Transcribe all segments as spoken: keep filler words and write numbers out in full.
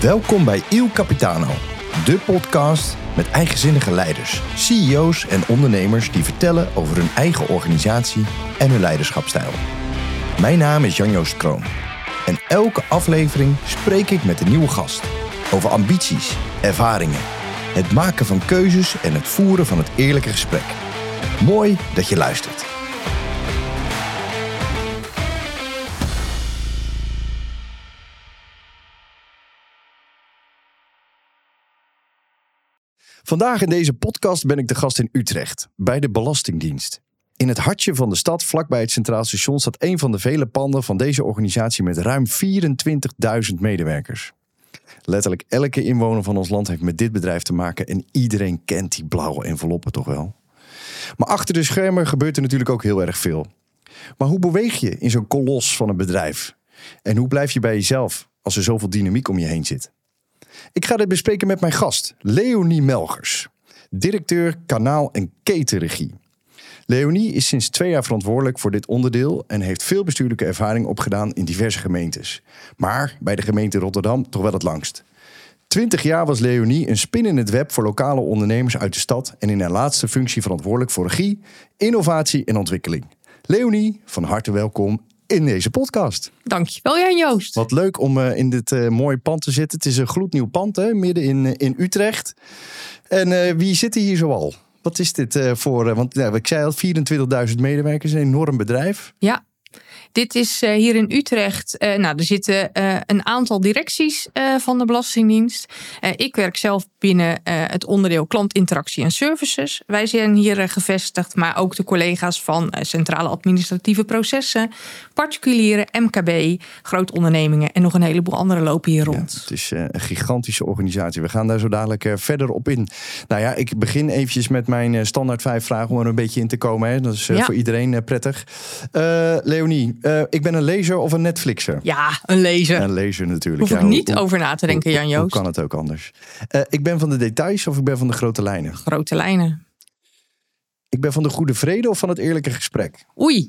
Welkom bij Il Capitano, de podcast met eigenzinnige leiders, C E O's en ondernemers die vertellen over hun eigen organisatie en hun leiderschapsstijl. Mijn naam is Jan-Joost Kroon en elke aflevering spreek ik met een nieuwe gast over ambities, ervaringen, het maken van keuzes en het voeren van het eerlijke gesprek. Mooi dat je luistert. Vandaag in deze podcast ben ik de gast in Utrecht, bij de Belastingdienst. In het hartje van de stad, vlakbij het Centraal Station, staat een van de vele panden van deze organisatie met ruim vierentwintigduizend medewerkers. Letterlijk elke inwoner van ons land heeft met dit bedrijf te maken en iedereen kent die blauwe enveloppen toch wel. Maar achter de schermen gebeurt er natuurlijk ook heel erg veel. Maar hoe beweeg je in zo'n kolos van een bedrijf? En hoe blijf je bij jezelf als er zoveel dynamiek om je heen zit? Ik ga dit bespreken met mijn gast, Leonie Melgers, directeur kanaal- en ketenregie. Leonie is sinds twee jaar verantwoordelijk voor dit onderdeel en heeft veel bestuurlijke ervaring opgedaan in diverse gemeentes. Maar bij de gemeente Rotterdam toch wel het langst. Twintig jaar was Leonie een spin in het web voor lokale ondernemers uit de stad en in haar laatste functie verantwoordelijk voor regie, innovatie en ontwikkeling. Leonie, van harte welkom in deze podcast. Dankjewel, Jan-Joost. Wat leuk om uh, in dit uh, mooie pand te zitten. Het is een gloednieuw pand, hè, midden in, uh, in Utrecht. En uh, wie zit hier zoal? Wat is dit uh, voor... Uh, want ja, ik zei al, vierentwintigduizend medewerkers, een enorm bedrijf. Ja, dit is uh, hier in Utrecht. Uh, nou, er zitten uh, een aantal directies uh, van de Belastingdienst. Uh, ik werk zelf binnen uh, het onderdeel klantinteractie en services. Wij zijn hier uh, gevestigd, maar ook de collega's van uh, centrale administratieve processen, particuliere M K B, grote ondernemingen en nog een heleboel andere lopen hier rond. Ja, het is uh, een gigantische organisatie. We gaan daar zo dadelijk uh, verder op in. Nou ja, ik begin eventjes met mijn uh, standaard vijf vragen om er een beetje in te komen. Hè. Dat is uh, ja. voor iedereen uh, prettig. Uh, Leonie, uh, ik ben een lezer of een Netflixer? Ja, een lezer. Een lezer natuurlijk. Hoef ja, ik niet hoe, over na te denken, hoe, Jan-Joost. Hoe kan het ook anders? Uh, ik ben van de details of ik ben van de grote lijnen? Grote lijnen. Ik ben van de goede vrede of van het eerlijke gesprek? Oei.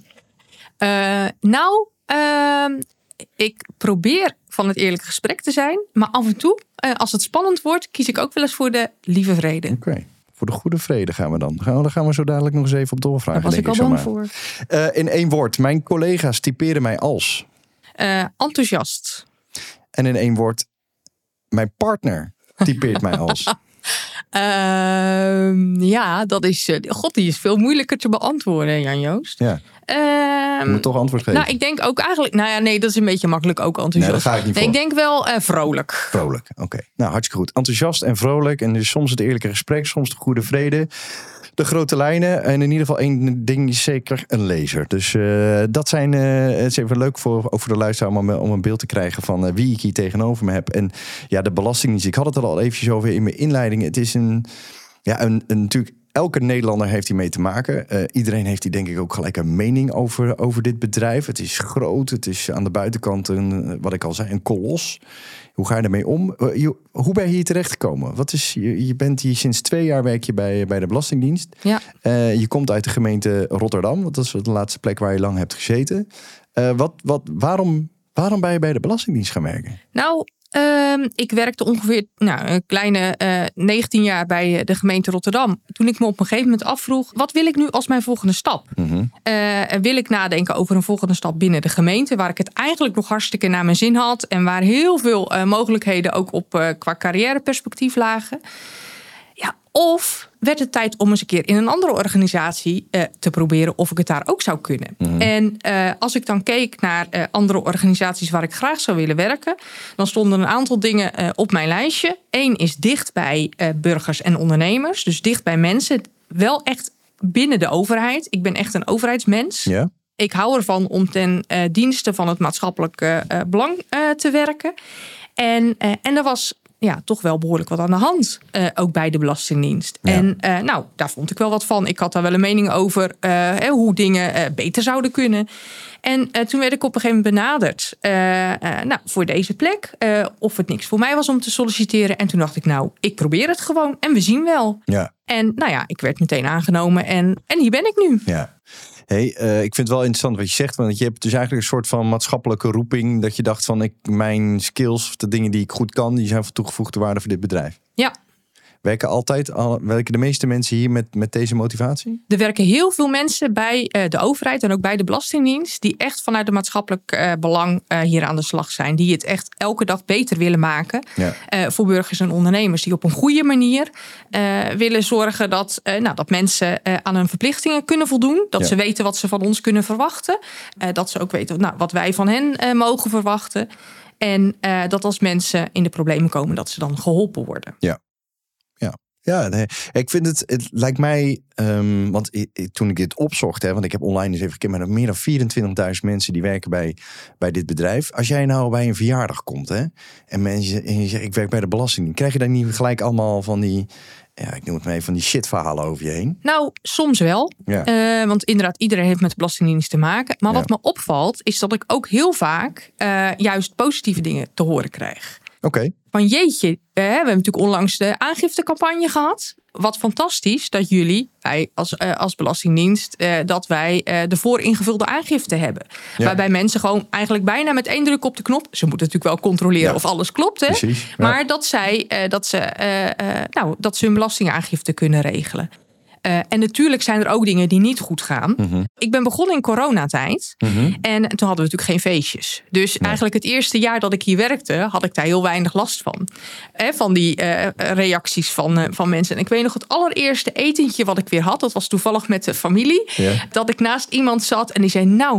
Uh, nou, uh, ik probeer van het eerlijke gesprek te zijn. Maar af en toe, uh, als het spannend wordt, kies ik ook wel eens voor de lieve vrede. Oké. Okay. Voor de goede vrede gaan we dan. Gaan we, dan gaan we zo dadelijk nog eens even op doorvragen. Daar was ik al bang voor. Uh, in één woord. Mijn collega's typeren mij als? Uh, enthousiast. En in één woord. Mijn partner typeert mij als? Uh, ja, dat is... Uh, God, die is veel moeilijker te beantwoorden, Jan-Joost. Ja. Uh, je moet toch antwoord geven. Nou, ik denk ook eigenlijk... Nou ja, nee, dat is een beetje makkelijk ook enthousiast. Nee, daar ga ik niet voor. Nee, ik denk wel uh, vrolijk. Vrolijk, oké. Okay. Nou, hartstikke goed. Enthousiast en vrolijk. En dus soms het eerlijke gesprek, soms de goede vrede. De grote lijnen. En in ieder geval één ding is zeker een lezer. Dus uh, dat zijn... Uh, het is even leuk voor, ook voor de luisteraar om, om een beeld te krijgen van uh, wie ik hier tegenover me heb. En ja, de Belastingdienst. Ik had het er al eventjes over in mijn inleiding. Het is een... Ja, een, een natuurlijk... Elke Nederlander heeft hiermee te maken. Uh, iedereen heeft hier denk ik ook gelijk een mening over, over dit bedrijf. Het is groot, het is aan de buitenkant een, wat ik al zei, een kolos. Hoe ga je ermee om? Uh, je, hoe ben je hier terechtgekomen? Wat is, je, je bent hier sinds twee jaar werk je bij, bij de Belastingdienst. Ja. Uh, je komt uit de gemeente Rotterdam. Want dat is de laatste plek waar je lang hebt gezeten. Uh, wat, wat, waarom, waarom ben je bij de Belastingdienst gaan werken? Nou... Uh, ik werkte ongeveer nou, een kleine uh, negentien jaar bij de gemeente Rotterdam. Toen ik me op een gegeven moment afvroeg, wat wil ik nu als mijn volgende stap? Mm-hmm. Uh, wil ik nadenken over een volgende stap binnen de gemeente, waar ik het eigenlijk nog hartstikke naar mijn zin had en waar heel veel uh, mogelijkheden ook op uh, qua carrièreperspectief lagen. Ja, of werd het tijd om eens een keer in een andere organisatie uh, te proberen of ik het daar ook zou kunnen. Mm-hmm. En uh, als ik dan keek naar uh, andere organisaties waar ik graag zou willen werken, dan stonden een aantal dingen uh, op mijn lijstje. Eén is dicht bij uh, burgers en ondernemers, dus dicht bij mensen. Wel echt binnen de overheid. Ik ben echt een overheidsmens. Ja. Ik hou ervan om ten uh, dienste van het maatschappelijke uh, belang uh, te werken. En, uh, en er was... ja, toch wel behoorlijk wat aan de hand. Uh, ook bij de Belastingdienst. Ja. En uh, nou, daar vond ik wel wat van. Ik had daar wel een mening over uh, hoe dingen uh, beter zouden kunnen. En uh, toen werd ik op een gegeven moment benaderd. Uh, uh, nou, voor deze plek. Uh, of het niks voor mij was om te solliciteren. En toen dacht ik, nou, ik probeer het gewoon. En we zien wel. Ja. En nou ja, ik werd meteen aangenomen. En, en hier ben ik nu. Ja. Hey, uh, ik vind het wel interessant wat je zegt. Want je hebt dus eigenlijk een soort van maatschappelijke roeping. Dat je dacht van ik, mijn skills, de dingen die ik goed kan, die zijn van toegevoegde waarde voor dit bedrijf. Ja. Werken altijd, al, werken de meeste mensen hier met, met deze motivatie? Er werken heel veel mensen bij uh, de overheid en ook bij de Belastingdienst die echt vanuit de maatschappelijk uh, belang uh, hier aan de slag zijn. Die het echt elke dag beter willen maken ja. uh, voor burgers en ondernemers. Die op een goede manier uh, willen zorgen dat, uh, nou, dat mensen uh, aan hun verplichtingen kunnen voldoen. Dat ja. ze weten wat ze van ons kunnen verwachten. Uh, dat ze ook weten nou, wat wij van hen uh, mogen verwachten. En uh, dat als mensen in de problemen komen, dat ze dan geholpen worden. Ja. Ja, nee. Ik vind het, het lijkt mij, um, want ik, ik, toen ik dit opzocht, hè, want ik heb online eens even gekeken, maar meer dan vierentwintigduizend mensen die werken bij, bij dit bedrijf. Als jij nou bij een verjaardag komt, hè, en mensen en je zegt, ik werk bij de Belastingdienst, krijg je dan niet gelijk allemaal van die, ja, ik noem het maar even, van die shitverhalen over je heen? Nou, soms wel. Ja. Uh, want inderdaad, iedereen heeft met de Belastingdienst te maken. Maar ja. wat me opvalt, is dat ik ook heel vaak uh, juist positieve dingen te horen krijg. Oké. Okay. Van jeetje, we hebben natuurlijk onlangs de aangiftecampagne gehad. Wat fantastisch dat jullie, wij als, uh, als Belastingdienst, uh, dat wij uh, de vooringevulde aangifte hebben. Ja. Waarbij mensen gewoon eigenlijk bijna met één druk op de knop, ze moeten natuurlijk wel controleren ja. of alles klopt, hè? Precies, ja. Maar dat zij uh, dat ze, uh, uh, nou, dat ze hun belastingaangifte kunnen regelen. Uh, en natuurlijk zijn er ook dingen die niet goed gaan. Mm-hmm. Ik ben begonnen in coronatijd. Mm-hmm. En toen hadden we natuurlijk geen feestjes. Dus nee. eigenlijk het eerste jaar dat ik hier werkte, had ik daar heel weinig last van. Eh, van die uh, reacties van, uh, van mensen. En ik weet nog het allereerste etentje wat ik weer had. Dat was toevallig met de familie. Yeah. Dat ik naast iemand zat en die zei, nou,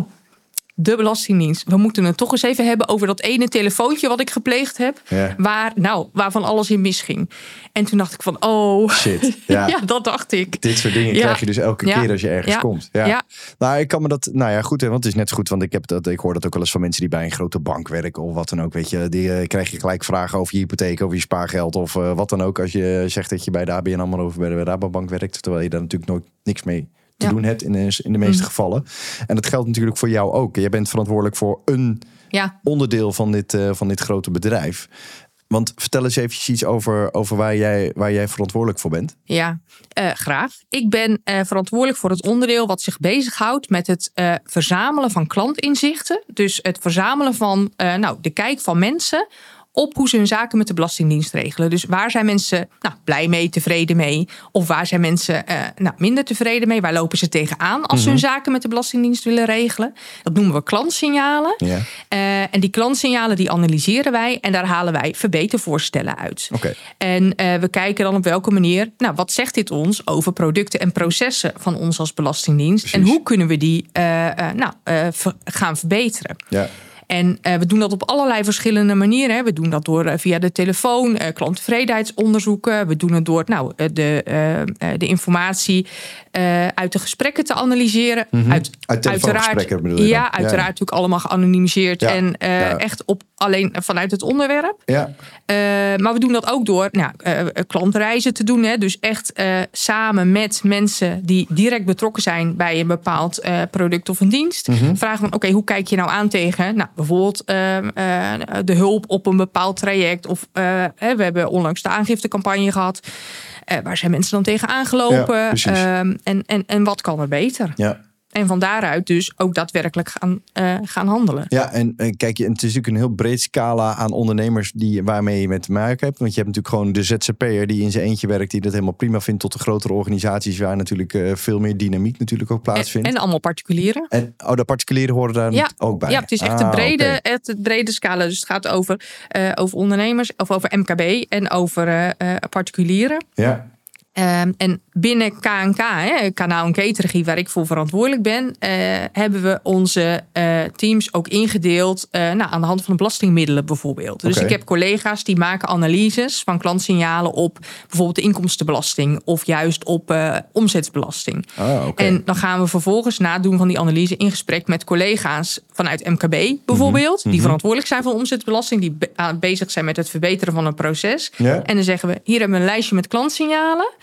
de Belastingdienst, we moeten het toch eens even hebben over dat ene telefoontje wat ik gepleegd heb. Ja. Waar, nou, waarvan alles in misging. En toen dacht ik van, oh. Shit. Ja, ja dat dacht ik. Dit soort dingen ja. krijg je dus elke ja. keer als je ergens ja. komt. Ja. Ja. Nou, ik kan me dat, nou ja, goed, want het is net zo goed, want ik heb dat, ik hoor dat ook wel eens van mensen die bij een grote bank werken of wat dan ook, weet je. Die uh, krijg je gelijk vragen over je hypotheek, over je spaargeld of uh, wat dan ook. Als je zegt dat je bij de A B N AMRO of bij de Rabobank werkt, terwijl je daar natuurlijk nooit niks mee te ja. doen hebt in de, in de meeste mm. gevallen. En dat geldt natuurlijk voor jou ook. Jij bent verantwoordelijk voor een ja. onderdeel van dit, uh, van dit grote bedrijf. Want vertel eens eventjes iets over, over waar, jij, waar jij verantwoordelijk voor bent. Ja, uh, graag. Ik ben uh, verantwoordelijk voor het onderdeel wat zich bezighoudt met het uh, verzamelen van klantinzichten. Dus het verzamelen van uh, nou, de kijk van mensen op hoe ze hun zaken met de Belastingdienst regelen. Dus waar zijn mensen nou, blij mee, tevreden mee? Of waar zijn mensen uh, nou, minder tevreden mee? Waar lopen ze tegenaan als mm-hmm. ze hun zaken met de Belastingdienst willen regelen? Dat noemen we klantsignalen. Yeah. Uh, en die klantsignalen die analyseren wij en daar halen wij verbetervoorstellen uit. Okay. En uh, we kijken dan op welke manier, nou, wat zegt dit ons over producten en processen van ons als Belastingdienst? Precies. En hoe kunnen we die uh, uh, nou, uh, ver- gaan verbeteren? Ja. En uh, we doen dat op allerlei verschillende manieren. Hè. We doen dat door uh, via de telefoon, uh, klanttevredenheidsonderzoeken. We doen het door nou, uh, de, uh, de informatie uh, uit de gesprekken te analyseren. Mm-hmm. Uit, uit telefoongesprekken bedoel je? Ja, dan? uiteraard ja. natuurlijk allemaal geanonimiseerd. Ja. En uh, ja. echt op alleen vanuit het onderwerp. Ja. Uh, maar we doen dat ook door nou, uh, klantreizen te doen. Hè. Dus echt uh, samen met mensen die direct betrokken zijn bij een bepaald uh, product of een dienst. Mm-hmm. Vragen van, oké, okay, hoe kijk je nou aan tegen nou, bijvoorbeeld uh, uh, de hulp op een bepaald traject. Of uh, hè, we hebben onlangs de aangiftecampagne gehad. Uh, waar zijn mensen dan tegen aangelopen? Ja, uh, en, en, en wat kan er beter? Ja. En van daaruit dus ook daadwerkelijk gaan, uh, gaan handelen. Ja, en, en kijk, het is natuurlijk een heel breed scala aan ondernemers die, waarmee je met te maken hebt. Want je hebt natuurlijk gewoon de Z Z P'er die in zijn eentje werkt, die dat helemaal prima vindt, tot de grotere organisaties waar natuurlijk uh, veel meer dynamiek natuurlijk ook plaatsvindt. En, en allemaal particulieren. En oh, de particulieren horen daar ja, ook bij. Ja, het is echt ah, een brede, okay. het, het brede scala. Dus het gaat over, uh, over ondernemers, of over M K B en over uh, uh, particulieren. Ja. Um, en binnen K en K, hè, kanaal- en ketenregie, waar ik voor verantwoordelijk ben, uh, hebben we onze uh, teams ook ingedeeld uh, nou, aan de hand van de belastingmiddelen bijvoorbeeld. Dus okay. ik heb collega's die maken analyses van klantsignalen op bijvoorbeeld de inkomstenbelasting of juist op uh, omzetbelasting. Oh, okay. En dan gaan we vervolgens na het doen van die analyse in gesprek met collega's vanuit M K B bijvoorbeeld, mm-hmm. die verantwoordelijk zijn voor omzetbelasting, die be- bezig zijn met het verbeteren van een proces. Yeah. En dan zeggen we, hier hebben we een lijstje met klantsignalen. Ja.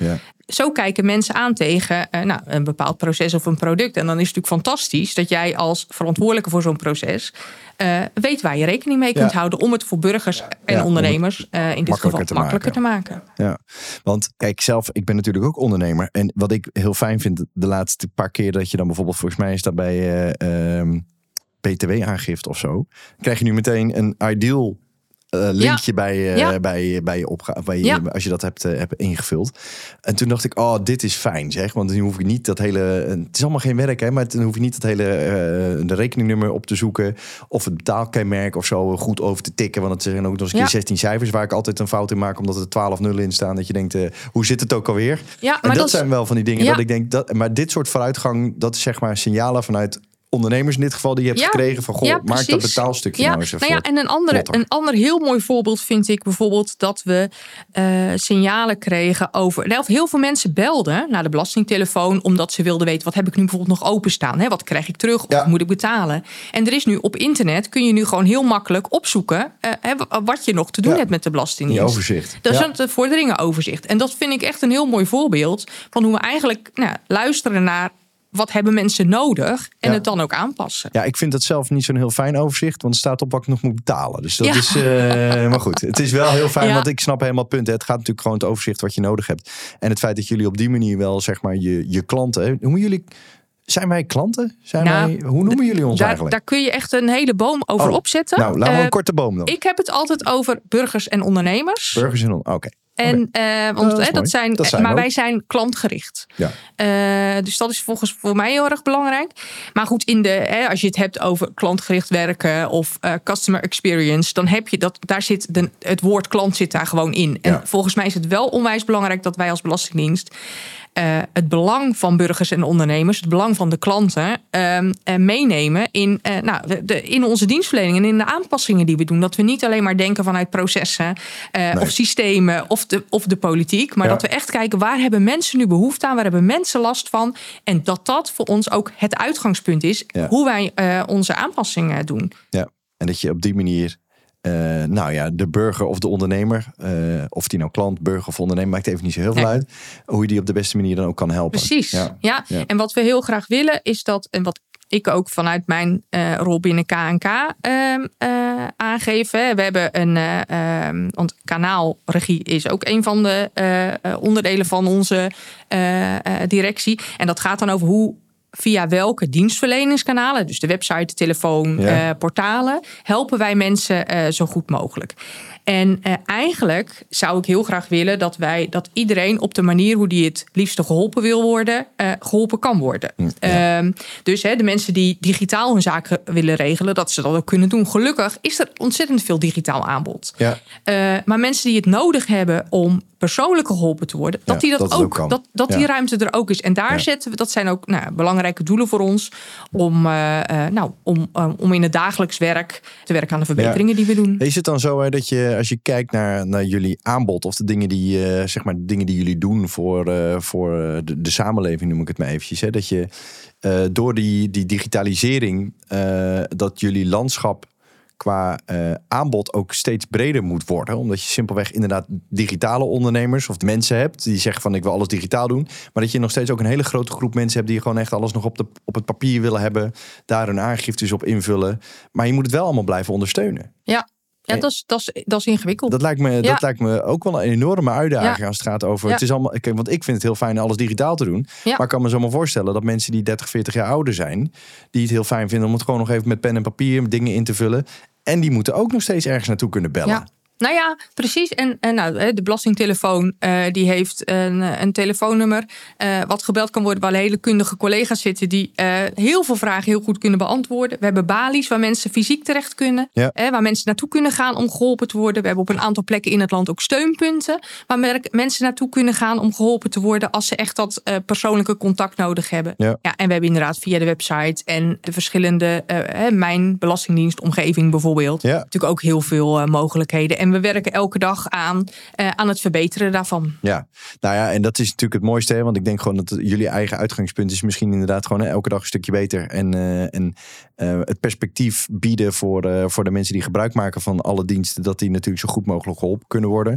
zo kijken mensen aan tegen uh, nou, een bepaald proces of een product. En dan is het natuurlijk fantastisch dat jij als verantwoordelijke voor zo'n proces uh, weet waar je rekening mee kunt ja. houden om het voor burgers ja. en ja, ondernemers uh, in dit geval te makkelijker maken. te maken. Ja, want kijk, zelf, ik ben natuurlijk ook ondernemer. En wat ik heel fijn vind, de laatste paar keer dat je dan bijvoorbeeld, volgens mij is dat bij uh, um, B T W-aangifte of zo, krijg je nu meteen een ideal Uh, linkje ja. bij, uh, ja. bij, bij je opgave, bij je, ja. als je dat hebt, uh, hebt ingevuld. En toen dacht ik, oh, dit is fijn, zeg. Want dan hoef ik niet dat hele... Het is allemaal geen werk, hè. Maar dan hoef je niet dat hele uh, de rekeningnummer op te zoeken. Of het betaalkenmerk of zo goed over te tikken. Want het zijn ook nog eens een ja. keer zestien cijfers... waar ik altijd een fout in maak, omdat er twaalf nullen in staan. Dat je denkt, uh, hoe zit het ook alweer? Ja, maar en dat, dat zijn wel van die dingen ja. dat ik denk... Dat, maar dit soort vooruitgang, dat is zeg maar signalen vanuit... ondernemers in dit geval die je hebt ja, gekregen van goh, ja, maak dat betaalstukje ja. nou eens even. Nou ja, en een andere, een ander heel mooi voorbeeld vind ik bijvoorbeeld dat we uh, signalen kregen over. Nou, heel veel mensen belden naar de belastingtelefoon omdat ze wilden weten wat heb ik nu bijvoorbeeld nog openstaan, hè? Wat krijg ik terug of ja. moet ik betalen? En er is nu op internet kun je nu gewoon heel makkelijk opzoeken uh, wat je nog te doen ja. hebt met de Belastingdienst. Die overzicht. Dat is ja. het vorderingen-overzicht. En dat vind ik echt een heel mooi voorbeeld van hoe we eigenlijk nou, luisteren naar wat hebben mensen nodig en ja. het dan ook aanpassen. Ja, ik vind dat zelf niet zo'n heel fijn overzicht, want het staat op wat ik nog moet betalen. Dus dat ja. is, uh, maar goed, het is wel heel fijn, ja. want ik snap helemaal het punt. Hè. Het gaat natuurlijk gewoon het overzicht wat je nodig hebt. En het feit dat jullie op die manier wel, zeg maar, je, je klanten, hoe noemen jullie... Zijn wij klanten? Zijn nou, wij, hoe noemen jullie ons daar, eigenlijk? Daar kun je echt een hele boom over oh, opzetten. Nou, laten we uh, een korte boom dan. Ik heb het altijd over burgers en ondernemers. Burgers en ondernemers, oké. Okay. En okay. uh, want uh, dat, hè, dat zijn, dat zijn maar ook. Wij zijn klantgericht. Ja. Uh, dus dat is volgens voor mij heel erg belangrijk. Maar goed, in de, hè, als je het hebt over klantgericht werken of uh, customer experience, dan heb je dat. Daar zit de, het woord klant zit daar gewoon in. En ja. volgens mij is het wel onwijs belangrijk dat wij als Belastingdienst Uh, het belang van burgers en ondernemers, het belang van de klanten uh, uh, meenemen in, uh, nou, de, in onze dienstverlening en in de aanpassingen die we doen. Dat we niet alleen maar denken vanuit processen uh, nee. of systemen of de, of de politiek, maar ja. dat we echt kijken waar hebben mensen nu behoefte aan, waar hebben mensen last van en dat dat voor ons ook het uitgangspunt is ja. hoe wij uh, onze aanpassingen doen. Ja, en dat je op die manier Uh, nou ja, de burger of de ondernemer, uh, of die nou klant, burger of ondernemer, maakt even niet zo heel veel nee. uit. Hoe je die op de beste manier dan ook kan helpen. Precies, ja. Ja. ja. En wat we heel graag willen is dat, en wat ik ook vanuit mijn uh, rol binnen K en K uh, uh, aangeef. Hè. We hebben een, uh, um, want kanaalregie is ook een van de uh, onderdelen van onze uh, uh, directie. En dat gaat dan over hoe via welke dienstverleningskanalen, dus de website, de telefoon, ja. uh, portalen, helpen wij mensen uh, zo goed mogelijk. En uh, eigenlijk zou ik heel graag willen dat wij dat iedereen op de manier hoe die het liefste geholpen wil worden, uh, geholpen kan worden. Ja. Uh, dus hè, de mensen die digitaal hun zaken willen regelen, dat ze dat ook kunnen doen. Gelukkig is er ontzettend veel digitaal aanbod. Ja. Uh, maar mensen die het nodig hebben om persoonlijk geholpen te worden, dat ja, die dat, dat ook, ook dat, dat ja. die ruimte er ook is. En daar ja. zetten we, dat zijn ook nou, belangrijke doelen voor ons om, uh, uh, nou, om, uh, om in het dagelijks werk te werken aan de verbeteringen ja. die we doen. Is het dan zo hè, dat je, als je kijkt naar, naar jullie aanbod of de dingen die, uh, zeg maar, de dingen die jullie doen voor, uh, voor de, de samenleving, noem ik het maar eventjes, hè, dat je uh, door die, die digitalisering uh, dat jullie landschap qua uh, aanbod ook steeds breder moet worden. Omdat je simpelweg inderdaad digitale ondernemers of mensen hebt die zeggen van ik wil alles digitaal doen. Maar dat je nog steeds ook een hele grote groep mensen hebt die gewoon echt alles nog op, de, op het papier willen hebben. Daar hun aangiftes op invullen. Maar je moet het wel allemaal blijven ondersteunen. Ja. Ja, dat is, dat, is, dat is ingewikkeld. Dat lijkt me, ja. dat lijkt me ook wel een enorme uitdaging ja. als het gaat over. Ja. Het is allemaal, want ik vind het heel fijn alles digitaal te doen. Ja. Maar ik kan me zomaar voorstellen dat mensen die dertig, veertig jaar ouder zijn, die het heel fijn vinden om het gewoon nog even met pen en papier dingen in te vullen. En die moeten ook nog steeds ergens naartoe kunnen bellen. Ja. Nou ja, precies. En, en nou, de belastingtelefoon uh, die heeft een, een telefoonnummer uh, wat gebeld kan worden, waar hele kundige collega's zitten die uh, heel veel vragen heel goed kunnen beantwoorden. We hebben balies waar mensen fysiek terecht kunnen, ja. uh, waar mensen naartoe kunnen gaan om geholpen te worden. We hebben op een aantal plekken in het land ook steunpunten waar mensen naartoe kunnen gaan om geholpen te worden als ze echt dat uh, persoonlijke contact nodig hebben. Ja. Ja, en we hebben inderdaad via de website en de verschillende, uh, mijn belastingdienst omgeving bijvoorbeeld, ja. natuurlijk ook heel veel uh, mogelijkheden. En we werken elke dag aan, uh, aan het verbeteren daarvan. Ja, nou ja, en dat is natuurlijk het mooiste. Hè? Want ik denk gewoon dat jullie eigen uitgangspunt is misschien inderdaad gewoon hè, elke dag een stukje beter. En, uh, en uh, het perspectief bieden voor, uh, voor de mensen die gebruik maken van alle diensten, dat die natuurlijk zo goed mogelijk geholpen kunnen worden.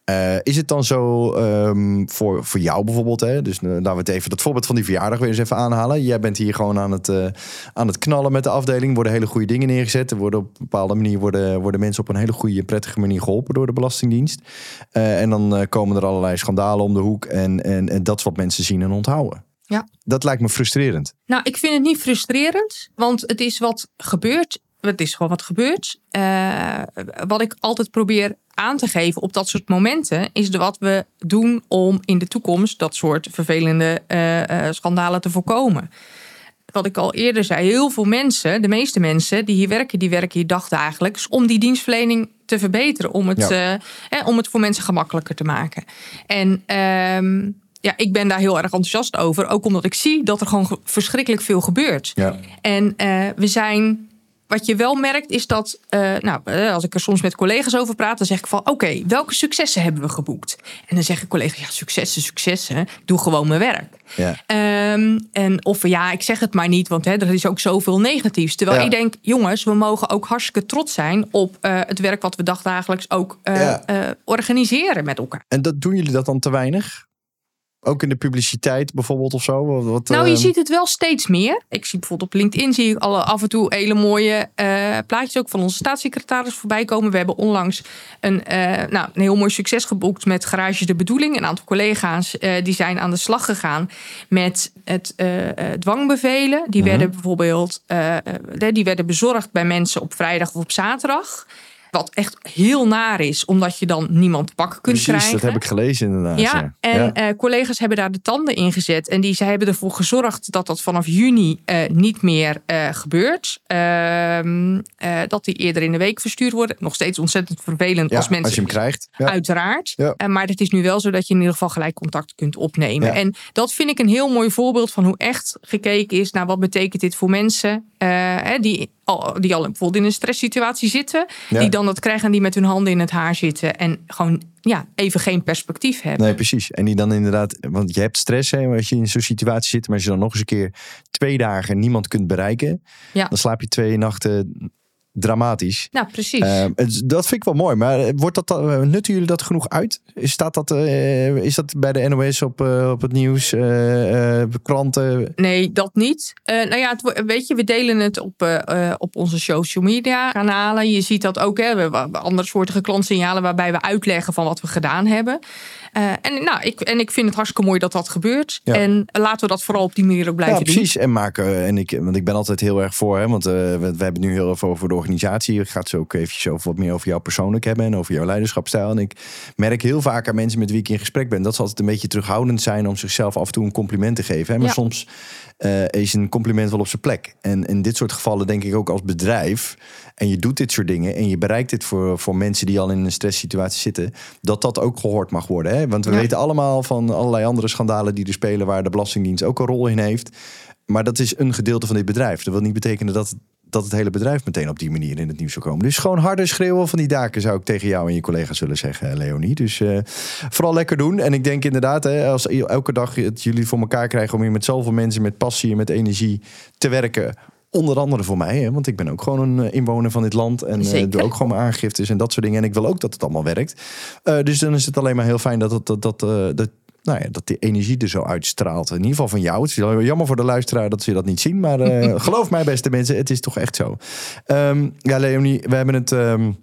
Uh, is het dan zo um, voor, voor jou bijvoorbeeld? Hè? Dus uh, laten we het even dat voorbeeld van die verjaardag weer eens even aanhalen. Jij bent hier gewoon aan het, uh, aan het knallen met de afdeling. Er worden hele goede dingen neergezet. Er worden op een bepaalde manier worden, worden mensen op een hele goede, prettige manier geholpen door de Belastingdienst. Uh, en dan uh, komen er allerlei schandalen om de hoek. En, en, en dat is wat mensen zien en onthouden. Ja. Dat lijkt me frustrerend. Nou, ik vind het niet frustrerend, want het is wat gebeurt. Het is gewoon wat gebeurt. Uh, wat ik altijd probeer aan te geven op dat soort momenten is de wat we doen om in de toekomst dat soort vervelende uh, uh, schandalen te voorkomen. Wat ik al eerder zei, heel veel mensen, de meeste mensen die hier werken, die werken hier dagdagelijks om die dienstverlening te verbeteren, om het, ja. uh, eh, om het voor mensen gemakkelijker te maken. En uh, ja, ik ben daar heel erg enthousiast over, ook omdat ik zie dat er gewoon verschrikkelijk veel gebeurt. Ja. En uh, we zijn. Wat je wel merkt is dat, uh, nou, als ik er soms met collega's over praat, dan zeg ik van, oké, okay, welke successen hebben we geboekt? En dan zeggen collega's, ja, successen, successen, ik doe gewoon mijn werk. Ja. Um, en of ja, ik zeg het maar niet, want hè, er is ook zoveel negatiefs. Terwijl ja. ik denk, jongens, we mogen ook hartstikke trots zijn op uh, het werk wat we dagdagelijks ook uh, ja. uh, organiseren met elkaar. En dat doen jullie dat dan te weinig? Ook in de publiciteit bijvoorbeeld of zo? Wat, nou, je uh... ziet het wel steeds meer. Ik zie bijvoorbeeld op LinkedIn zie ik alle, af en toe hele mooie uh, plaatjes ook van onze staatssecretaris voorbij komen. We hebben onlangs een, uh, nou, een heel mooi succes geboekt met Garages de Bedoeling. Een aantal collega's uh, die zijn aan de slag gegaan met het uh, uh, dwangbevelen. Die, mm-hmm. werden bijvoorbeeld, uh, uh, die werden bezorgd bij mensen op vrijdag of op zaterdag. Wat echt heel naar is, omdat je dan niemand te pakken kunt Precies, krijgen. Dat heb ik gelezen inderdaad. Ja, ja. en ja. Uh, collega's hebben daar de tanden in gezet. En die, zij hebben ervoor gezorgd dat dat vanaf juni uh, niet meer uh, gebeurt. Uh, uh, dat die eerder in de week verstuurd worden. Nog steeds ontzettend vervelend ja, als mensen... als je hem krijgt. Ja. Uiteraard. Ja. Uh, maar het is nu wel zo dat je in ieder geval gelijk contact kunt opnemen. Ja. En dat vind ik een heel mooi voorbeeld van hoe echt gekeken is naar wat betekent dit voor mensen uh, die... die al bijvoorbeeld in een stresssituatie zitten. Ja. Die dan dat krijgen en die met hun handen in het haar zitten. En gewoon ja, even geen perspectief hebben. Nee, precies. En die dan inderdaad... Want je hebt stress hè, als je in zo'n situatie zit. Maar als je dan nog eens een keer twee dagen niemand kunt bereiken. Ja. Dan slaap je twee nachten dramatisch. Nou, precies. Uh, dat vind ik wel mooi. Maar wordt dat dan, nutten jullie dat genoeg uit? Staat dat, uh, is dat bij de N O S op, uh, op het nieuws? Uh, uh, kranten? Nee, dat niet. Uh, nou ja, het, weet je, we delen het op, uh, uh, op onze social media kanalen. Je ziet dat ook. Hè, we hebben andere soortige klantsignalen waarbij we uitleggen van wat we gedaan hebben. Uh, en, nou, ik, en ik vind het hartstikke mooi dat dat gebeurt. Ja. En laten we dat vooral op die manier ook blijven ja, doen. Precies. En maken. En ik, want ik ben altijd heel erg voor. Hè, want uh, we, we hebben het nu heel even over de organisatie. Ik ga het zo ook eventjes over wat meer over jou persoonlijk hebben. En over jouw leiderschapsstijl. En ik merk heel vaak aan mensen met wie ik in gesprek ben. Dat ze altijd een beetje terughoudend zijn om zichzelf af en toe een compliment te geven. Hè. Maar ja. soms uh, is een compliment wel op zijn plek. En in dit soort gevallen denk ik ook als bedrijf. En je doet dit soort dingen. En je bereikt dit voor, voor mensen die al in een stresssituatie zitten. Dat dat ook gehoord mag worden. Hè? Want we ja. weten allemaal van allerlei andere schandalen die er spelen. Waar de Belastingdienst ook een rol in heeft. Maar dat is een gedeelte van dit bedrijf. Dat wil niet betekenen dat, dat het hele bedrijf meteen op die manier in het nieuws zal komen. Dus gewoon harder schreeuwen van die daken zou ik tegen jou en je collega's willen zeggen, Leonie. Dus uh, vooral lekker doen. En ik denk inderdaad, hè, als elke dag het jullie voor elkaar krijgen om hier met zoveel mensen met passie en met energie te werken. Onder andere voor mij, hè, want ik ben ook gewoon een inwoner van dit land. En uh, doe ook gewoon mijn aangiftes en dat soort dingen. En ik wil ook dat het allemaal werkt. Uh, dus dan is het alleen maar heel fijn dat, het, dat, dat, uh, dat, nou ja, dat die energie er zo uitstraalt. In ieder geval van jou. Het is jammer voor de luisteraar dat ze dat niet zien. Maar uh, geloof mij, beste mensen, het is toch echt zo. Um, ja, Leonie, we hebben het um,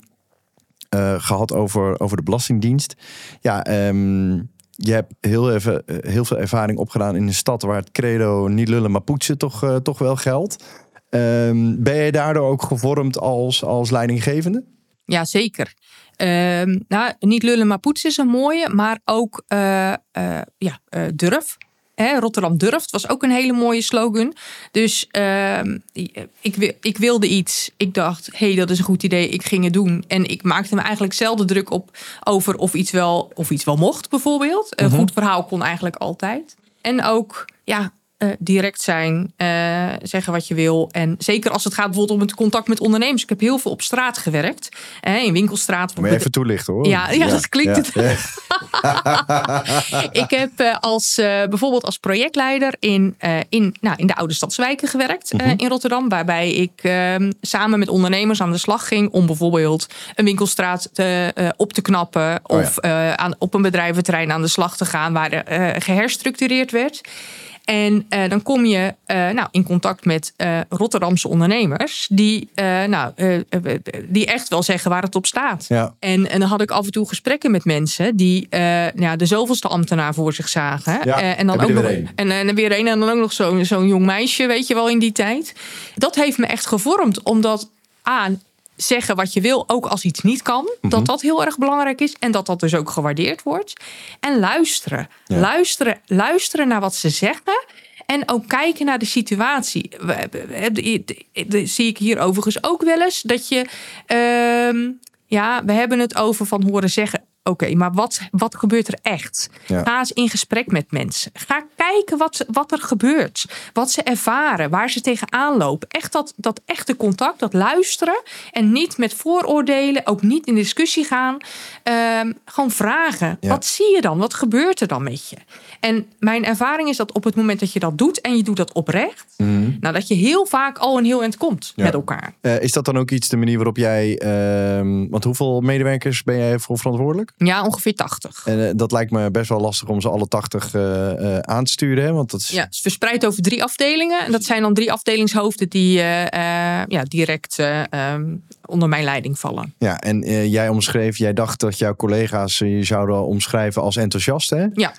uh, gehad over, over de Belastingdienst. Ja, um, je hebt heel, even, heel veel ervaring opgedaan in een stad waar het credo niet lullen maar poetsen toch, uh, toch wel geldt. Um, ben je daardoor ook gevormd als, als leidinggevende? Ja, zeker. Um, nou, niet lullen maar poetsen is een mooie, maar ook uh, uh, ja, uh, durf. Hè, Rotterdam durft was ook een hele mooie slogan. Dus uh, ik, ik wilde iets. Ik dacht, hé, hey, dat is een goed idee. Ik ging het doen. En ik maakte me eigenlijk zelden druk op over of iets wel, of iets wel mocht, bijvoorbeeld. Een mm-hmm. goed verhaal kon eigenlijk altijd. En ook, ja... Uh, direct zijn, uh, zeggen wat je wil. En zeker als het gaat bijvoorbeeld om het contact met ondernemers. Ik heb heel veel op straat gewerkt. Uh, in winkelstraat. Moet je even toelichten hoor. Ja, ja, ja dat klinkt ja, het. Ik heb uh, als, uh, bijvoorbeeld als projectleider in, uh, in, nou, in de oude stadswijken gewerkt uh, mm-hmm. in Rotterdam. Waarbij ik uh, samen met ondernemers aan de slag ging om bijvoorbeeld een winkelstraat te, uh, op te knappen. Oh, of ja. uh, aan, op een bedrijventerrein aan de slag te gaan waar er uh, geherstructureerd werd. En uh, dan kom je uh, nou, in contact met uh, Rotterdamse ondernemers die, uh, nou, uh, die echt wel zeggen waar het op staat. Ja. En, en dan had ik af en toe gesprekken met mensen die uh, ja, de zoveelste ambtenaar voor zich zagen. Ja, uh, en dan ook nog een. En, en weer een en dan ook nog zo'n zo'n jong meisje, weet je wel, in die tijd. Dat heeft me echt gevormd, omdat aan zeggen wat je wil, ook als iets niet kan. Mm-hmm. Dat dat heel erg belangrijk is. En dat dat dus ook gewaardeerd wordt. En luisteren. Ja. Luisteren, luisteren naar wat ze zeggen. En ook kijken naar de situatie. Dat zie ik hier overigens ook wel eens. Dat je... Uh, ja, we hebben het over van horen zeggen. Oké, okay, maar wat, wat gebeurt er echt? Ja. Ga eens in gesprek met mensen. Ga kijken wat, wat er gebeurt. Wat ze ervaren. Waar ze tegenaan lopen. Echt dat, dat echte contact, dat luisteren. En niet met vooroordelen. Ook niet in discussie gaan. Um, gewoon vragen. Ja. Wat zie je dan? Wat gebeurt er dan met je? En mijn ervaring is dat op het moment dat je dat doet. En je doet dat oprecht. Mm. Nou, dat je heel vaak al een heel eind komt ja. met elkaar. Uh, is dat dan ook iets de manier waarop jij... Uh, want hoeveel medewerkers ben jij voor verantwoordelijk? Ja, ongeveer tachtig. En uh, dat lijkt me best wel lastig om ze alle tachtig uh, uh, aan te sturen. Hè? Want dat is... Ja, het is verspreid over drie afdelingen. En dat zijn dan drie afdelingshoofden die uh, uh, ja, direct uh, um, onder mijn leiding vallen. Ja, en uh, jij omschreef, jij dacht dat jouw collega's je zouden omschrijven als enthousiast, hè? Ja.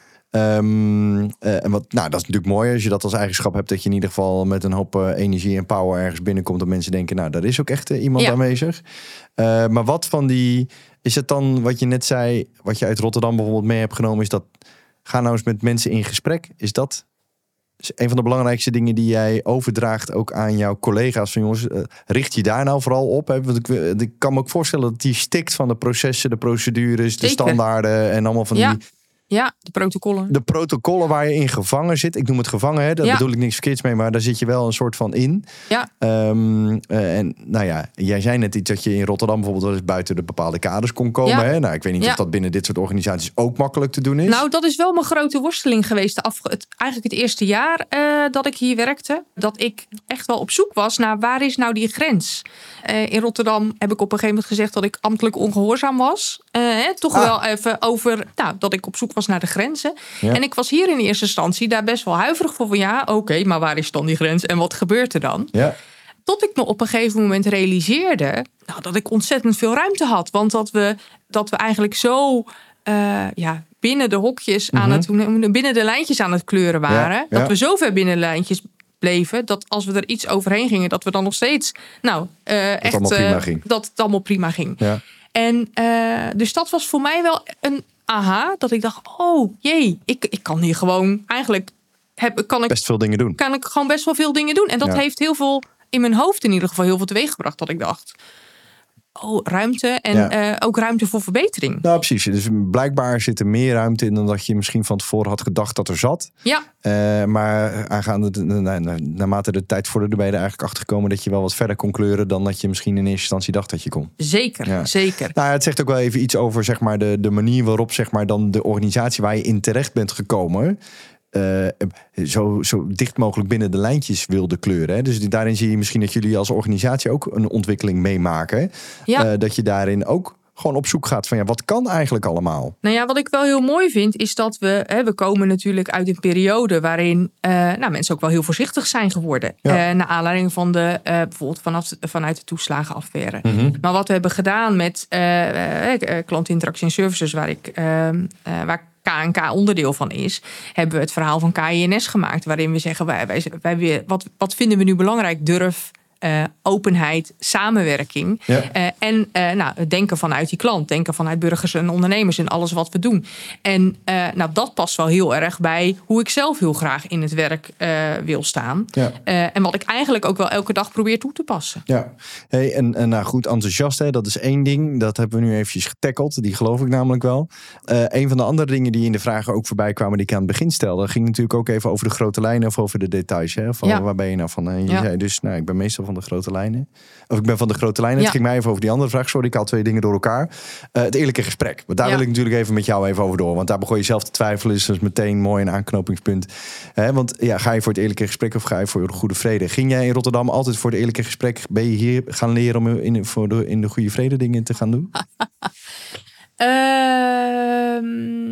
Um, uh, en wat, nou, dat is natuurlijk mooi als je dat als eigenschap hebt, dat je in ieder geval met een hoop uh, energie en power ergens binnenkomt. Dat mensen denken, nou, daar is ook echt uh, iemand ja. aanwezig. Uh, maar wat van die... Is het dan wat je net zei, wat je uit Rotterdam bijvoorbeeld mee hebt genomen, is dat ga nou eens met mensen in gesprek. Is dat een van de belangrijkste dingen die jij overdraagt ook aan jouw collega's? Van jongens, uh, richt je daar nou vooral op? Hè? Want ik, ik kan me ook voorstellen dat die stikt van de processen, de procedures, de Zeker. standaarden en allemaal van ja. die... Ja, de protocollen. De protocollen waar je in gevangen zit. Ik noem het gevangen, hè? Daar ja. bedoel ik niks verkeerds mee, maar daar zit je wel een soort van in. Ja. Um, uh, en nou ja, jij zei net iets dat je in Rotterdam bijvoorbeeld wel eens buiten de bepaalde kaders kon komen. Ja. Hè? Nou, ik weet niet ja. of dat binnen dit soort organisaties ook makkelijk te doen is. Nou, dat is wel mijn grote worsteling geweest. De af, het, eigenlijk het eerste jaar uh, dat ik hier werkte. Dat ik echt wel op zoek was naar waar is nou die grens. Uh, in Rotterdam heb ik op een gegeven moment gezegd dat ik ambtelijk ongehoorzaam was. Uh, hè, toch ah. wel even over nou, dat ik op zoek was naar de grenzen. Ja. En ik was hier in eerste instantie daar best wel huiverig voor. Van ja, oké, okay, maar waar is dan die grens? En wat gebeurt er dan? Ja. Tot ik me op een gegeven moment realiseerde nou, dat ik ontzettend veel ruimte had. Want dat we, dat we eigenlijk zo uh, ja, binnen de hokjes mm-hmm. aan het, binnen de lijntjes aan het kleuren waren. Ja. Dat ja. we zo ver binnen de lijntjes bleven, dat als we er iets overheen gingen, dat we dan nog steeds nou, uh, dat echt allemaal prima uh, ging. dat het allemaal prima ging. Ja. En uh, dus dat was voor mij wel een aha, dat ik dacht, oh jee, ik, ik kan hier gewoon eigenlijk heb, kan ik best veel dingen doen. Kan ik gewoon best wel veel dingen doen. En dat ja. heeft heel veel in mijn hoofd in ieder geval heel veel teweeggebracht. Dat ik dacht, oh, ruimte en ja. uh, ook ruimte voor verbetering. Nou, precies. Dus blijkbaar zit er meer ruimte in dan dat je misschien van tevoren had gedacht dat er zat. Ja. Uh, maar aangaande de, na, na, naarmate de tijd vorderde, ben je er eigenlijk achter gekomen dat je wel wat verder kon kleuren dan dat je misschien in eerste instantie dacht dat je kon. Zeker, ja. zeker. Nou, het zegt ook wel even iets over zeg maar, de, de manier waarop zeg maar, dan de organisatie waar je in terecht bent gekomen, Uh, zo, zo dicht mogelijk binnen de lijntjes wilde kleuren. Hè? Dus daarin zie je misschien dat jullie als organisatie ook een ontwikkeling meemaken. Ja. Uh, dat je daarin ook gewoon op zoek gaat van ja, wat kan eigenlijk allemaal? Nou ja, wat ik wel heel mooi vind is dat we, hè, we komen natuurlijk uit een periode waarin uh, nou, mensen ook wel heel voorzichtig zijn geworden. Ja. Uh, naar aanleiding van de, uh, bijvoorbeeld vanaf, vanuit de toeslagenaffaire. Mm-hmm. Maar wat we hebben gedaan met uh, uh, uh, klantinteractie en services, waar ik, uh, uh, waar K en K onderdeel van is, hebben we het verhaal van K I N S gemaakt, waarin we zeggen, wij, wij, wij weer, wat, wat vinden we nu belangrijk? Durf, uh, openheid, samenwerking. Ja. Uh, en uh, nou, het denken vanuit die klant, denken vanuit burgers en ondernemers in alles wat we doen. En uh, nou, dat past wel heel erg bij hoe ik zelf heel graag in het werk uh, wil staan. Ja. Uh, en wat ik eigenlijk ook wel elke dag probeer toe te passen. Ja, hey, en, en nou goed, enthousiast, hè, dat is één ding. Dat hebben we nu eventjes getackeld. Die geloof ik namelijk wel. Uh, een van de andere dingen die in de vragen ook voorbij kwamen, die ik aan het begin stelde, ging natuurlijk ook even over de grote lijnen of over de details. Hè, van, ja. Waar ben je nou van? En je ja. zei dus, nou, ik ben meestal van de grote lijnen. Of ik ben van de grote lijnen. Ja. Het ging mij even over die andere vraag. Sorry, ik haal twee dingen door elkaar. Uh, het eerlijke gesprek. Want daar ja. wil ik natuurlijk even met jou even over door. Want daar begon je zelf te twijfelen. Dus dat is meteen mooi een aanknopingspunt. He, want ja, ga je voor het eerlijke gesprek of ga je voor de goede vrede? Ging jij in Rotterdam altijd voor het eerlijke gesprek? Ben je hier gaan leren om in, voor de, in de goede vrede dingen te gaan doen? uh,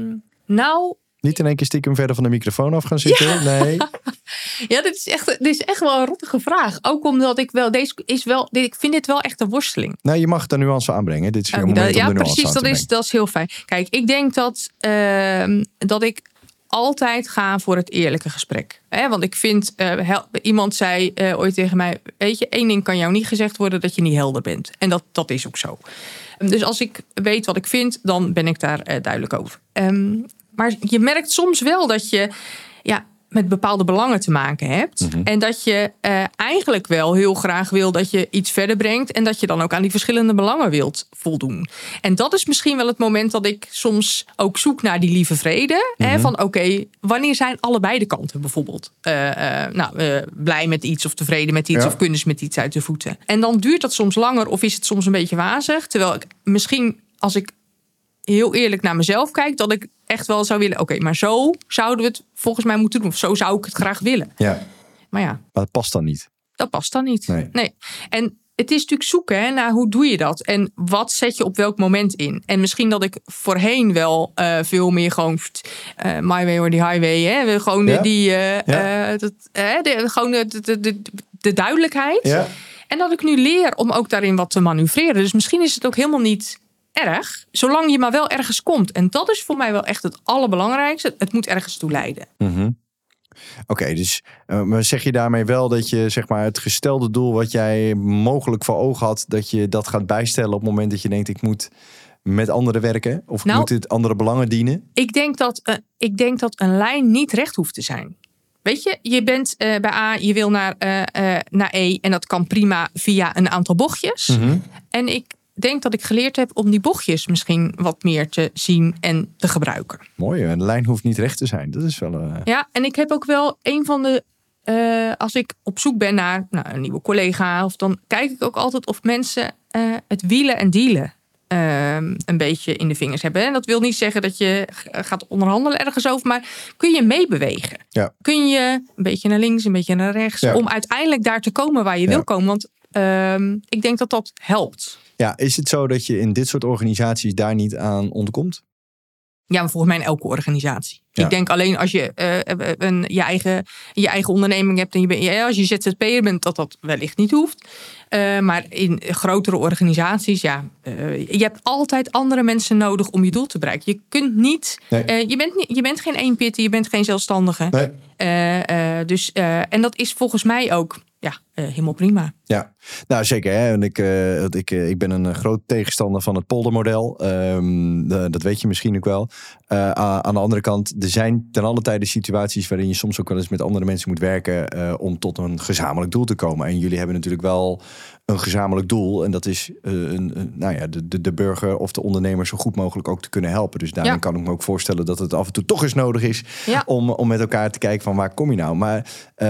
nou... Niet in één keer stiekem verder van de microfoon af gaan zitten? Ja. Nee. Ja, dit is, echt, dit is echt wel een rottige vraag. Ook omdat ik wel, deze is wel, ik vind dit wel echt een worsteling. Nou, je mag de nuance aanbrengen. Dit is uh, moment dat, om ja, de nuance precies, aan dat te is, dat is heel fijn. Kijk, ik denk dat, uh, dat ik altijd ga voor het eerlijke gesprek. Hè? Want ik vind, uh, hel, iemand zei uh, ooit tegen mij, weet je, één ding kan jou niet gezegd worden, dat je niet helder bent. En dat, dat is ook zo. Dus als ik weet wat ik vind, dan ben ik daar uh, duidelijk over. Um, maar je merkt soms wel dat je ja, met bepaalde belangen te maken hebt. Mm-hmm. En dat je uh, eigenlijk wel heel graag wil dat je iets verder brengt. En dat je dan ook aan die verschillende belangen wilt voldoen. En dat is misschien wel het moment dat ik soms ook zoek naar die lieve vrede. Mm-hmm. Hè, van oké, okay, wanneer zijn allebei de kanten bijvoorbeeld uh, uh, nou, uh, blij met iets of tevreden met iets. Ja. Of kunnen ze met iets uit de voeten. En dan duurt dat soms langer of is het soms een beetje wazig. Terwijl ik misschien als ik heel eerlijk naar mezelf kijk, dat ik echt wel zou willen, oké, okay, maar zo zouden we het volgens mij moeten doen. Of zo zou ik het graag willen. Ja. Maar ja. Maar dat past dan niet. Dat past dan niet. Nee. nee. En het is natuurlijk zoeken hè, naar hoe doe je dat? En wat zet je op welk moment in? En misschien dat ik voorheen wel uh, veel meer gewoon uh, my way or the highway. Hè, gewoon ja. die, uh, ja. uh, dat, uh, de, gewoon de, de, de, de duidelijkheid. Ja. En dat ik nu leer om ook daarin wat te manoeuvreren. Dus misschien is het ook helemaal niet erg, zolang je maar wel ergens komt. En dat is voor mij wel echt het allerbelangrijkste. Het moet ergens toe leiden. Mm-hmm. Oké, okay, dus uh, maar zeg je daarmee wel dat je zeg maar het gestelde doel wat jij mogelijk voor ogen had, dat je dat gaat bijstellen op het moment dat je denkt ik moet met anderen werken? Of nou, moet dit andere belangen dienen? Ik denk dat, uh, ik denk dat een lijn niet recht hoeft te zijn. Weet je, je bent uh, bij A, je wil naar, uh, uh, naar E en dat kan prima via een aantal bochtjes. Mm-hmm. En ik denk dat ik geleerd heb om die bochtjes misschien wat meer te zien en te gebruiken. Mooi, een lijn hoeft niet recht te zijn. Dat is wel... Uh... Ja, en ik heb ook wel een van de... Uh, als ik op zoek ben naar nou, een nieuwe collega, of dan kijk ik ook altijd of mensen uh, het wielen en dealen uh, een beetje in de vingers hebben. En dat wil niet zeggen dat je gaat onderhandelen ergens over, maar kun je meebewegen? Ja. Kun je een beetje naar links, een beetje naar rechts, ja. om uiteindelijk daar te komen waar je ja. wil komen? Want uh, ik denk dat dat helpt. Ja, is het zo dat je in dit soort organisaties daar niet aan ontkomt? Ja, maar volgens mij in elke organisatie. Ja. Ik denk alleen als je uh, een, je, eigen, je eigen onderneming hebt en je bent, ja, als je Z Z P'er bent, dat dat wellicht niet hoeft. Uh, maar in grotere organisaties, ja, uh, je hebt altijd andere mensen nodig om je doel te bereiken. Je kunt niet, nee. uh, je, bent niet je bent geen eenpitter, je bent geen zelfstandige. Nee. Uh, uh, dus, uh, en dat is volgens mij ook ja, uh, helemaal prima. Ja, nou zeker. Hè? En ik, uh, ik, uh, ik ben een groot tegenstander van het poldermodel. Um, uh, dat weet je misschien ook wel. Uh, aan de andere kant, er zijn ten alle tijde situaties waarin je soms ook wel eens met andere mensen moet werken uh, om tot een gezamenlijk doel te komen. En jullie hebben natuurlijk wel een gezamenlijk doel. En dat is uh, een, een, nou ja, de, de, de burger of de ondernemer zo goed mogelijk ook te kunnen helpen. Dus daarin ja. kan ik me ook voorstellen dat het af en toe toch eens nodig is ja. om, om met elkaar te kijken van waar kom je nou. Maar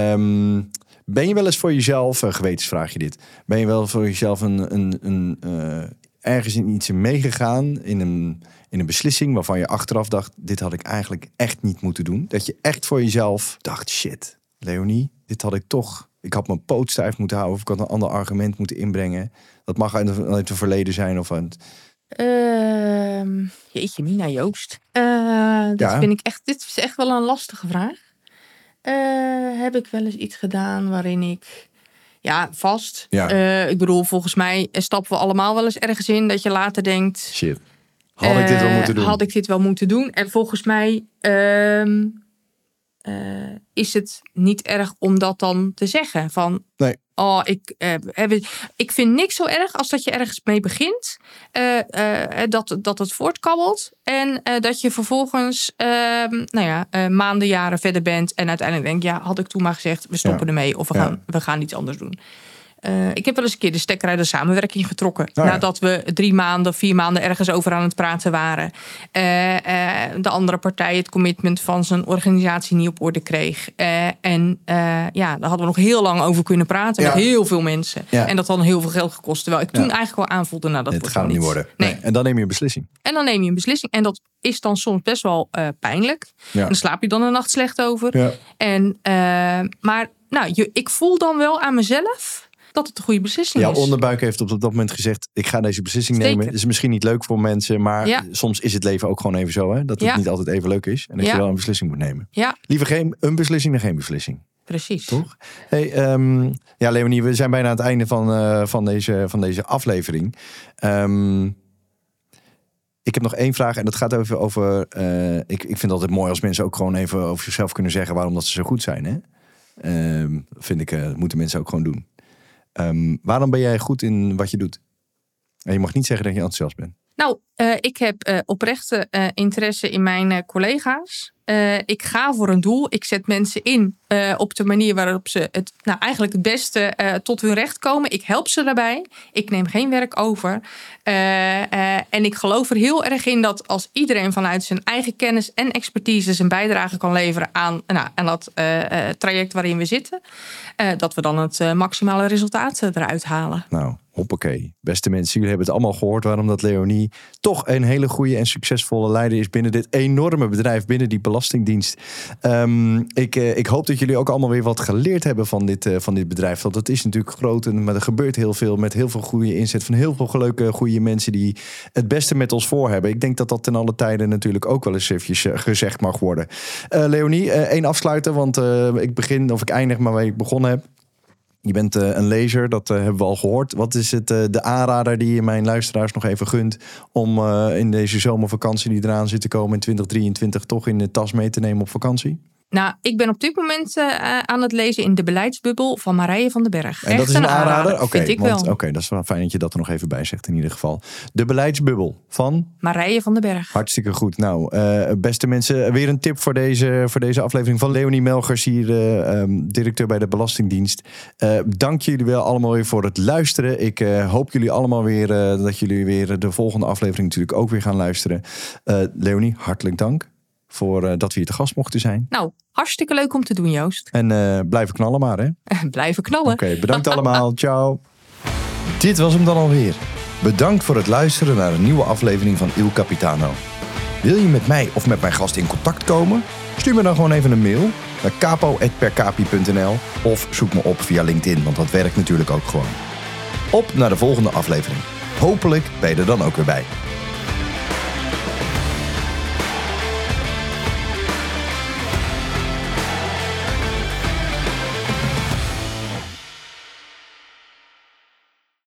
um, ben je wel eens voor jezelf, uh, gewetensvraag je dit, ben je wel voor jezelf een, een, een, uh, ergens in iets meegegaan, in een, in een beslissing waarvan je achteraf dacht, dit had ik eigenlijk echt niet moeten doen? Dat je echt voor jezelf dacht, shit, Leonie, dit had ik toch, ik had mijn poot stijf moeten houden of ik had een ander argument moeten inbrengen. Dat mag uit het verleden zijn of aan het... Uh, jeetje, Mina Joost. Uh, dit ja. vind ik echt, dit is echt wel een lastige vraag. Uh, heb ik wel eens iets gedaan waarin ik... Ja, vast. Ja. Uh, ik bedoel, volgens mij stappen we allemaal wel eens ergens in dat je later denkt... Shit, had ik uh, dit wel moeten doen? Had ik dit wel moeten doen? En volgens mij uh, uh, is het niet erg om dat dan te zeggen. Van, nee. Oh, ik, uh, heb, ik vind niks zo erg als dat je ergens mee begint. Uh, uh, dat, dat het voortkabbelt. En uh, dat je vervolgens uh, nou ja, uh, maanden, jaren verder bent. En uiteindelijk denk ja, had ik toen maar gezegd, we stoppen ja. ermee. Of we, ja. gaan, we gaan iets anders doen. Uh, ik heb wel eens een keer de stekker uit de samenwerking getrokken. Oh, ja. Nadat we drie maanden, vier maanden ergens over aan het praten waren. Uh, uh, de andere partij het commitment van zijn organisatie niet op orde kreeg. Uh, en uh, ja, daar hadden we nog heel lang over kunnen praten ja. met heel veel mensen. Ja. En dat had heel veel geld gekost. Terwijl ik toen ja. eigenlijk wel aanvoelde, nou dat nee, wordt gaat niet niet worden. Nee. Nee. En dan neem je een beslissing. En dan neem je een beslissing. En dat is dan soms best wel uh, pijnlijk. Ja. En dan slaap je dan een nacht slecht over. Ja. En, uh, maar nou, je, ik voel dan wel aan mezelf dat het een goede beslissing ja, is. Jouw onderbuik heeft op dat moment gezegd, ik ga deze beslissing Zeker. nemen. Het is misschien niet leuk voor mensen, maar ja. soms is het leven ook gewoon even zo. Hè? Dat het ja. niet altijd even leuk is. En dat ja. je wel een beslissing moet nemen. Ja. Liever geen, een beslissing dan geen beslissing. Precies. Toch? Hey, um, ja, Leonie, we zijn bijna aan het einde van, uh, van, deze, van deze aflevering. Um, ik heb nog één vraag en dat gaat even over... Uh, ik, ik vind het altijd mooi als mensen ook gewoon even over zichzelf kunnen zeggen waarom dat ze zo goed zijn. Hè? Um, vind ik, uh, dat moeten mensen ook gewoon doen. Um, waarom ben jij goed in wat je doet? En je mag niet zeggen dat je enthousiast bent. Nou, uh, ik heb uh, oprechte uh, interesse in mijn uh, collega's. Uh, ik ga voor een doel. Ik zet mensen in uh, op de manier waarop ze het, nou, eigenlijk het beste uh, tot hun recht komen. Ik help ze daarbij. Ik neem geen werk over. Uh, uh, en ik geloof er heel erg in dat als iedereen vanuit zijn eigen kennis en expertise zijn bijdrage kan leveren aan, nou, aan dat uh, uh, traject waarin we zitten, uh, dat we dan het uh, maximale resultaat eruit halen. Nou, hoppakee. Beste mensen, jullie hebben het allemaal gehoord waarom dat Leonie toch een hele goede en succesvolle leider is binnen dit enorme bedrijf, binnen die Belastingdienst. Um, ik, uh, ik hoop dat jullie ook allemaal weer wat geleerd hebben van dit, uh, van dit bedrijf. Want het is natuurlijk groot, en, maar er gebeurt heel veel met heel veel goede inzet van heel veel leuke, goede mensen die het beste met ons voor hebben. Ik denk dat dat ten alle tijden natuurlijk ook wel eens eventjes gezegd mag worden. Uh, Leonie, uh, één afsluiten, want uh, ik begin of ik eindig maar waar ik begonnen heb. Je bent uh, een lezer, dat uh, hebben we al gehoord. Wat is het, uh, de aanrader die je mijn luisteraars nog even gunt om uh, in deze zomervakantie die eraan zit te komen in twintig drieëntwintig toch in de tas mee te nemen op vakantie? Nou, ik ben op dit moment uh, aan het lezen in De Beleidsbubbel van Marije van den Berg. En Echt dat is een, een aanrader? aanrader? Oké, vind ik wel. Oké, okay, dat is wel fijn dat je dat er nog even bij zegt in ieder geval. De Beleidsbubbel van? Marije van den Berg. Hartstikke goed. Nou, uh, beste mensen, weer een tip voor deze, voor deze aflevering van Leonie Melgers, hier uh, um, directeur bij de Belastingdienst. Uh, dank jullie wel allemaal weer voor het luisteren. Ik uh, hoop jullie allemaal weer uh, dat jullie weer de volgende aflevering natuurlijk ook weer gaan luisteren. Uh, Leonie, hartelijk dank voor uh, dat we hier te gast mochten zijn. Nou, hartstikke leuk om te doen, Joost. En uh, blijven knallen maar, hè? Blijven knallen. Oké, okay, bedankt allemaal. Ciao. Dit was hem dan alweer. Bedankt voor het luisteren naar een nieuwe aflevering van Il Capitano. Wil je met mij of met mijn gast in contact komen? Stuur me dan gewoon even een mail naar capo at percapi punt n l of zoek me op via LinkedIn, want dat werkt natuurlijk ook gewoon. Op naar de volgende aflevering. Hopelijk ben je er dan ook weer bij.